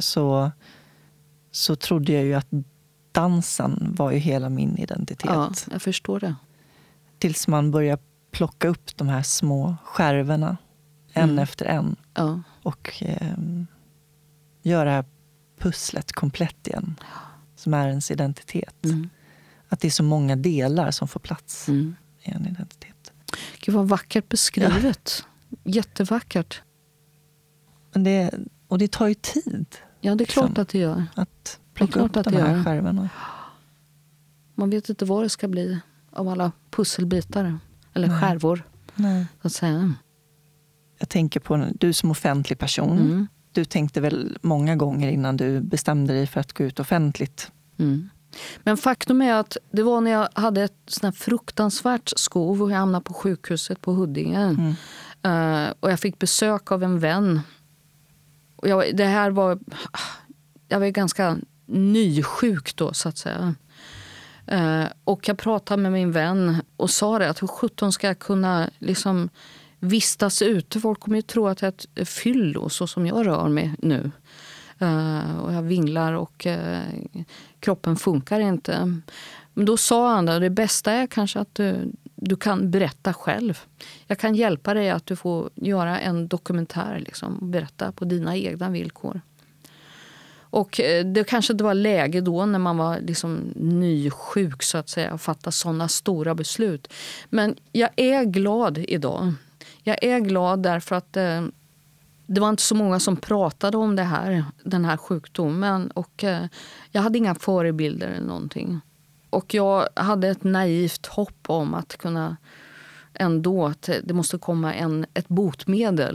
så trodde jag ju att dansen var ju hela min identitet. Ja, jag förstår det. Tills man börjar plocka upp de här små skärvorna en efter en. Ja. Och göra det här pusslet komplett igen. Som är ens identitet. Att det är så många delar som får plats i en identitet. Gud vad vackert beskrivet. Jättevackert. Men det tar ju tid. Ja, det är klart att det gör. Att plocka upp de här skärvorna. Man vet inte vad det ska bli av alla pusselbitar. Eller skärvor. Nej. Så att säga. Jag tänker på du som offentlig person. Du tänkte väl många gånger innan du bestämde dig för att gå ut offentligt. Men faktum är att det var när jag hade ett sån här fruktansvärt skov och jag hamnade på sjukhuset på Huddinge. Och jag fick besök av en vän. Och jag var ganska nysjuk då så att säga. Och jag pratade med min vän och sa det att hur 17 ska jag kunna liksom vistas ute. Folk kommer ju tro att jag är fyllo så som jag rör mig nu. Och jag vinglar och kroppen funkar inte. Men då sa han det bästa är kanske att du kan berätta själv. Jag kan hjälpa dig att du får göra en dokumentär liksom, och berätta på dina egna villkor. Och det kanske inte var läge då när man var liksom nysjuk så att säga och fatta sådana stora beslut. Men jag är glad idag. Jag är glad därför att det var inte så många som pratade om den här sjukdomen. Och jag hade inga förebilder eller någonting. Och jag hade ett naivt hopp om att kunna ändå att det måste komma ett botemedel.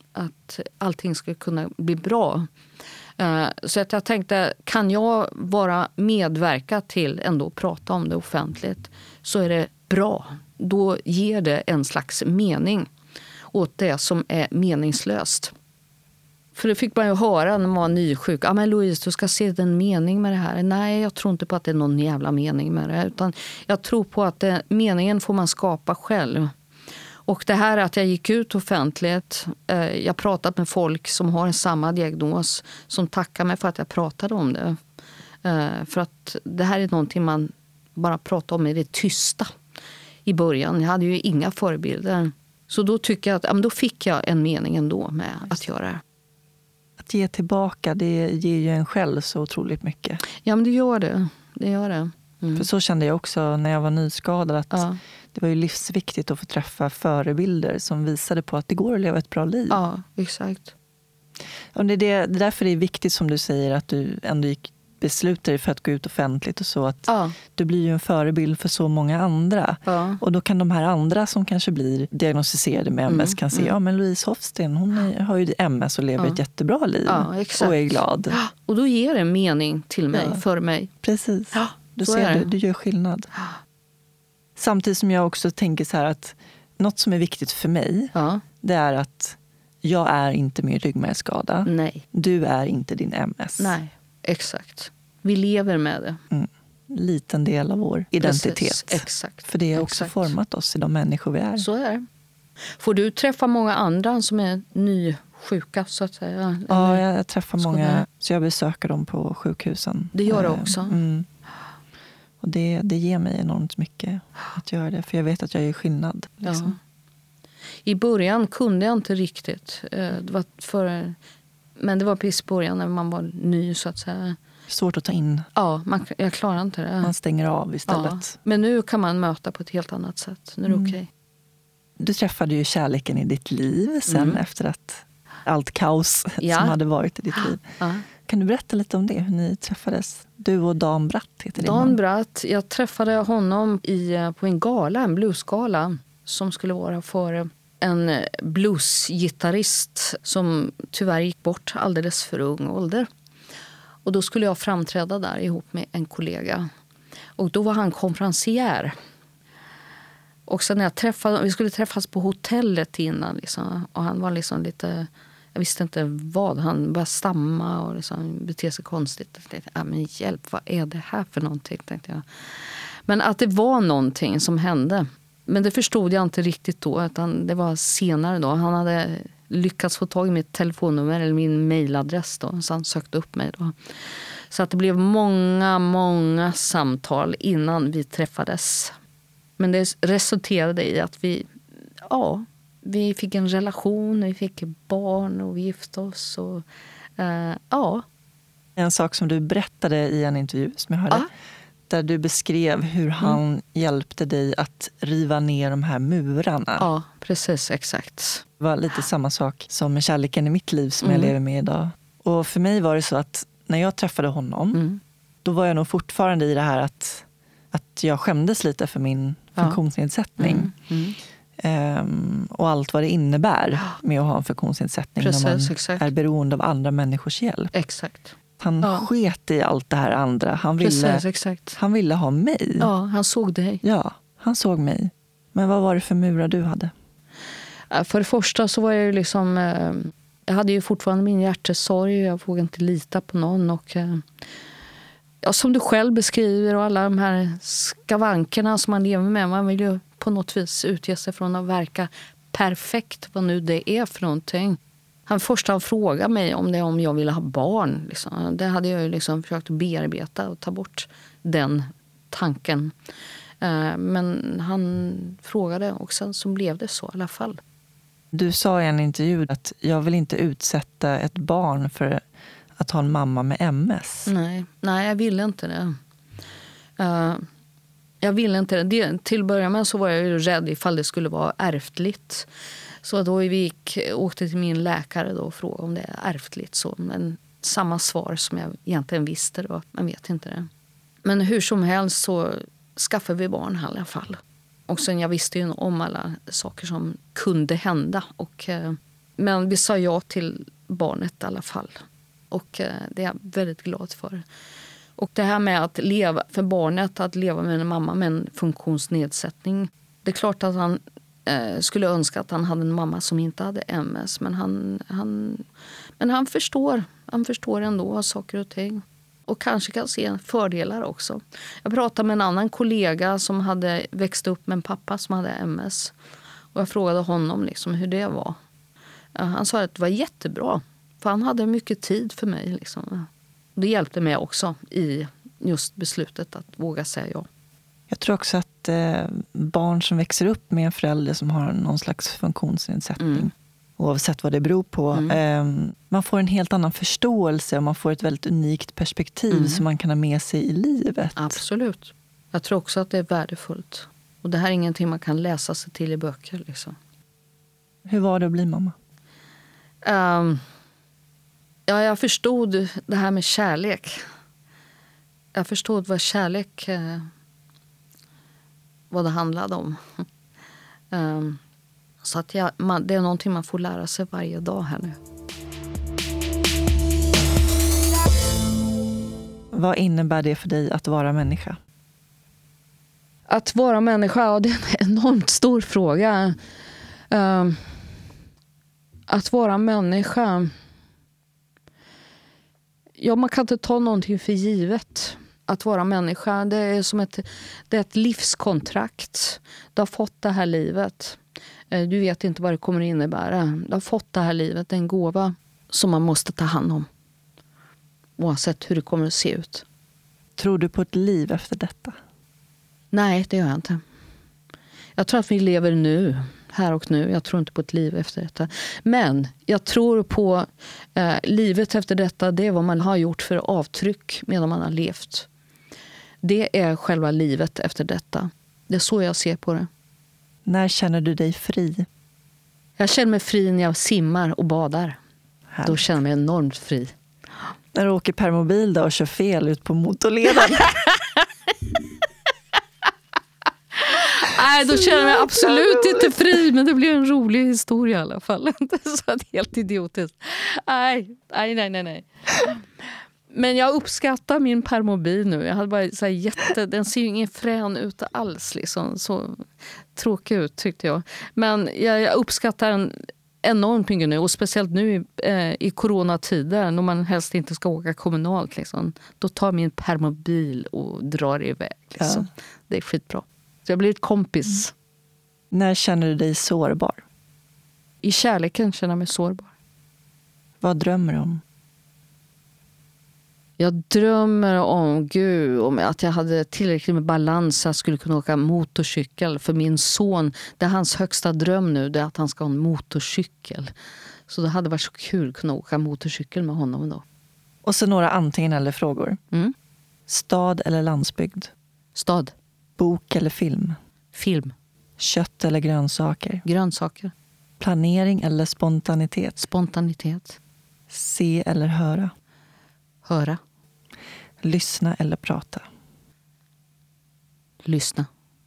att allting ska kunna bli bra. Så att jag tänkte, kan jag bara medverka till ändå att prata om det offentligt, så är det bra. Då ger det en slags mening åt det som är meningslöst. För det fick man ju höra när man var nysjuk. Ja, men Louise, du ska se en mening med det här. Nej, jag tror inte på att det är någon jävla mening med det. Utan jag tror på att meningen får man skapa själv. Och det här att jag gick ut offentligt. Jag pratat med folk som har samma diagnos. Som tackar mig för att jag pratade om det. För att det här är någonting man bara pratar om i det tysta i början. Jag hade ju inga förebilder. Så då tycker jag att då fick jag en mening ändå med att göra det. Att ge tillbaka, det ger ju en själv så otroligt mycket. Ja, men det gör det. Det gör det. Mm. För så kände jag också när jag var nyskadad. Att det var ju livsviktigt att få träffa förebilder som visade på att det går att leva ett bra liv. Ja, exakt. Och det är därför det är viktigt, som du säger, att du ändå beslutar dig för att gå ut offentligt och så. Att du blir ju en förebild för så många andra. Ja. Och då kan de här andra som kanske blir diagnostiserade med MS kan se, men Louise Hofsten, hon har ju MS och lever ett jättebra liv. Ja, exakt. Och är glad. Och då ger det mening till mig, för mig. Precis. Ja, du ser det, du gör skillnad. Samtidigt som jag också tänker så här att något som är viktigt för mig, det är att jag är inte min ryggmärgsskada. Nej. Du är inte din MS. Nej. Exakt. Vi lever med det. Liten del av vår identitet. Precis. Exakt. För det har också format oss i de människor vi är. Så är det. Får du träffa många andra som är nysjuka, så att säga? Ja, jag träffar många. Så jag besöker dem på sjukhusen. Det gör det också. Och det ger mig enormt mycket att göra det. För jag vet att jag gör skillnad. Liksom. Ja. I början kunde jag inte riktigt. Det var men det var precis i början när man var ny, så att säga. Svårt att ta in. Ja, jag klarar inte det. Man stänger av istället. Ja. Men nu kan man möta på ett helt annat sätt. Nu är det okej. Du träffade ju kärleken i ditt liv sen efter att allt kaos som hade varit i ditt liv. Ja. Kan du berätta lite om det, hur ni träffades? Du och Dan Bratt heter din man. Dan Bratt, jag träffade honom på en gala, en bluesgala, som skulle vara för en bluesgitarrist som tyvärr gick bort alldeles för ung ålder. Och då skulle jag framträda där ihop med en kollega. Och då var han konferencier. Och sen när vi skulle träffas på hotellet innan. Liksom, och han var liksom lite, jag visste inte vad. Han började stamma och liksom bete sig konstigt. Jag tänkte, men hjälp, vad är det här för någonting, tänkte jag. Men att det var någonting som hände. Men det förstod jag inte riktigt då, utan det var senare då. Han hade lyckats få tag i mitt telefonnummer eller min mejladress då, så han sökte upp mig då. Så att det blev många samtal innan vi träffades. Men det resulterade i att vi fick en relation, vi fick barn och vi gifte oss. Och, En sak som du berättade i en intervju som jag hörde, där du beskrev hur han hjälpte dig att riva ner de här murarna. Ja, precis, exakt. Det var lite samma sak som med kärleken i mitt liv som jag lever med idag. Och för mig var det så att när jag träffade honom, då var jag nog fortfarande i det här att jag skämdes lite för min funktionsnedsättning. Och allt vad det innebär med att ha en funktionsnedsättning. Precis, när man är beroende av andra människors hjälp. Exakt. Han sket i allt det här andra. Han ville ha mig. Ja, han såg dig. Ja, han såg mig. Men vad var det för murar du hade? För det första så var jag ju liksom... Jag hade ju fortfarande min hjärtesorg. Jag vågade inte lita på någon. Och, som du själv beskriver och alla de här skavankerna som man lever med. Man vill ju på något vis utge sig från att verka perfekt. Vad nu det är för någonting. Han första frågade mig om jag ville ha barn. Liksom. Det hade jag ju liksom försökt bearbeta och ta bort den tanken. Men han frågade och sen så blev det så i alla fall. Du sa i en intervju att jag vill inte utsätta ett barn för att ha en mamma med MS. Nej, jag ville inte det. Jag ville inte det. Till början med så var jag ju rädd ifall det skulle vara ärftligt. Så då åkte till min läkare då och frågade om det är ärftligt. Så, men samma svar som jag egentligen visste då. Man vet inte det. Men hur som helst så skaffade vi barn i alla fall. Och sen jag visste ju om alla saker som kunde hända. Och Men vi sa ja till barnet i alla fall. Och det är jag väldigt glad för. Och det här med att leva för barnet, att leva med en mamma med en funktionsnedsättning. Det är klart att han skulle önska att han hade en mamma som inte hade MS. Men han förstår. Han förstår ändå saker och ting. Och kanske kan se fördelar också. Jag pratade med en annan kollega som hade växt upp med en pappa som hade MS. Och jag frågade honom liksom hur det var. Han sa att det var jättebra. För han hade mycket tid för mig. Liksom. Det hjälpte mig också i just beslutet att våga säga ja. Jag tror också att barn som växer upp med en förälder som har någon slags funktionsnedsättning, oavsett vad det beror på, man får en helt annan förståelse och man får ett väldigt unikt perspektiv som man kan ha med sig i livet. Absolut. Jag tror också att det är värdefullt. Och det här är ingenting man kan läsa sig till i böcker. Liksom. Hur var det att bli mamma? Ja, jag förstod det här med kärlek. Jag förstod vad kärlek vad det handlade om. Så att det är någonting man får lära sig varje dag här nu. Vad innebär det för dig att vara människa? Att vara människa, ja, det är en enormt stor fråga. Att vara människa... Ja, man kan inte ta någonting för givet. Att vara människa, det är som ett livskontrakt. Du har fått det här livet. Du vet inte vad det kommer att innebära. Du har fått det här livet, en gåva som man måste ta hand om. Oavsett hur det kommer att se ut. Tror du på ett liv efter detta? Nej, det gör jag inte. Jag tror att vi lever nu, här och nu. Jag tror inte på ett liv efter detta. Men jag tror på livet efter detta. Det är vad man har gjort för avtryck medan man har levt. Det är själva livet efter detta. Det är så jag ser på det. När känner du dig fri? Jag känner mig fri när jag simmar och badar. Härligt. Då känner jag mig enormt fri. När du åker permobil då och kör fel ut på motorleden? Nej, då känner jag mig absolut inte fri. Men det blir en rolig historia i alla fall. Så det är helt idiotiskt. Nej. Men jag uppskattar min permobil nu. Jag hade bara så här den ser ju ingen frän ut alls. Liksom. Så tråkig ut tyckte jag. Men jag uppskattar den enormt mycket nu. Och speciellt nu i coronatider. När man helst inte ska åka kommunalt. Liksom. Då tar min permobil och drar iväg. Liksom. Ja. Det är skitbra. Så jag blir ett kompis. När känner du dig sårbar? I kärleken känner jag mig sårbar. Vad drömmer du om? Jag drömmer om att jag hade tillräckligt med balans så jag skulle kunna åka motorcykel. För min son, det är hans högsta dröm nu, det är att han ska ha en motorcykel. Så det hade varit så kul att kunna åka motorcykel med honom då. Och så några antingen eller frågor. Stad eller landsbygd? Stad. Bok eller film? Film. Kött eller grönsaker? Grönsaker. Planering eller spontanitet? Spontanitet. Se eller höra? Höra. Lyssna eller prata? Lyssna.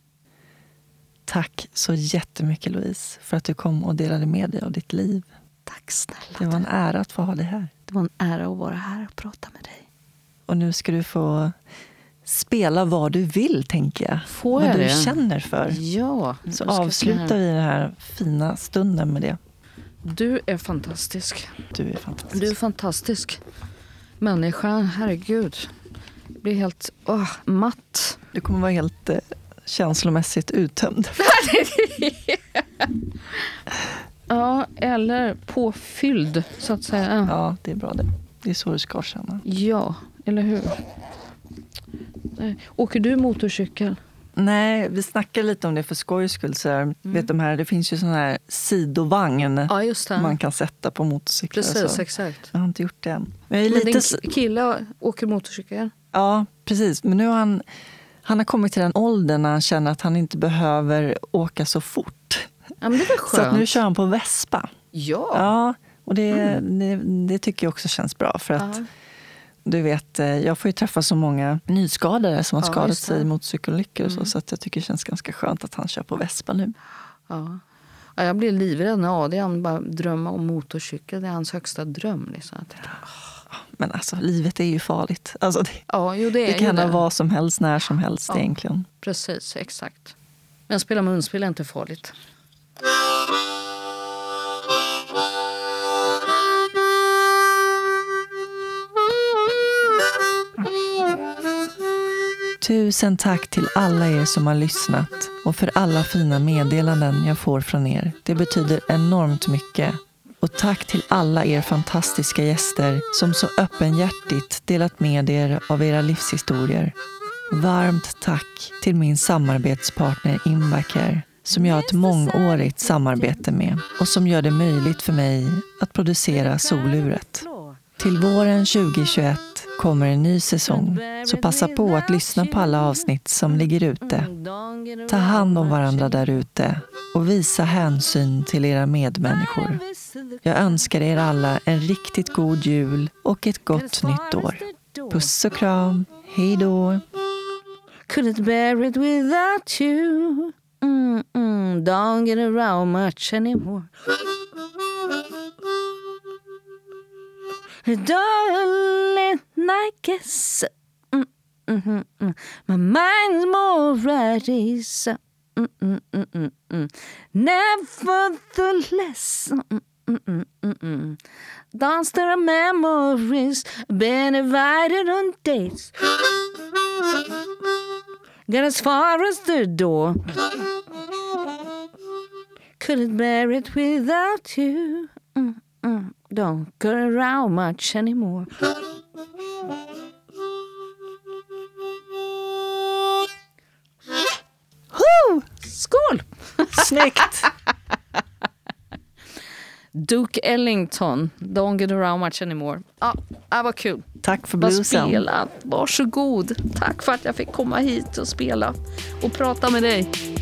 Tack så jättemycket, Louise, för att du kom och delade med dig av ditt liv. Tack snälla. Det var en ära att få ha dig här. Det var en ära att vara här och prata med dig. Och nu ska du få spela vad du vill, tänker jag. Får jag vad du det? Känner för. Ja. Så avslutar vi den här fina stunden med det. Du är fantastisk. Du är fantastisk. Du är fantastisk. Människa, herregud. Jag blir helt matt. Du kommer vara helt känslomässigt uttömd. Ja, eller påfylld, så att säga. Ja, det är bra det. Det är så du ska känna. Ja, eller hur? Åker du motorcykel? Nej, vi snackar lite om det för skojs skull. Vet de här, det finns ju sån här sidovagn just det. Man kan sätta på motorcyklar. Precis, exakt. Jag har inte gjort det än. Men din kille åker motorcykel? Ja, precis. Men nu har han har kommit till den åldern när han känner att han inte behöver åka så fort. Ja, men det är skönt. Så att nu kör han på Vespa. Ja. Och det tycker jag också känns bra. För att du vet, jag får ju träffa så många nyskadade som har skadat sig i motorcykelolyckor och så att jag tycker det känns ganska skönt att han kör på Vespa nu. Ja. Ja, jag blir livrädd när Adrian bara drömmer om motorcykel. Det är hans högsta dröm. Liksom. Men alltså, livet är ju farligt. Alltså, det kan ha vad som helst, när som helst egentligen. Precis, exakt. Men spela munspel är inte farligt. Tusen tack till alla er som har lyssnat och för alla fina meddelanden jag får från er. Det betyder enormt mycket. Och tack till alla er fantastiska gäster som så öppenhjärtigt delat med er av era livshistorier. Varmt tack till min samarbetspartner Invacare som jag har ett mångårigt samarbete med och som gör det möjligt för mig att producera soluret. Till våren 2021 kommer en ny säsong, så passa på att lyssna på alla avsnitt som ligger ute. Ta hand om varandra där ute och visa hänsyn till era medmänniskor. Jag önskar er alla en riktigt god jul och ett gott nytt år. Puss och kram, hej då! Couldn't bear it without you. Don't get around much anymore. Darling, I guess my mind's more at ease. Nevertheless, dance their memories, been invited on dates. Get as far as the door. Couldn't bear it without you. Don't go around much anymore. Skål! Snyggt! Duke Ellington, Don't get around much anymore. Ja, det var kul. Tack för bluesen. Spela. Varsågod. Tack för att jag fick komma hit och spela och prata med dig.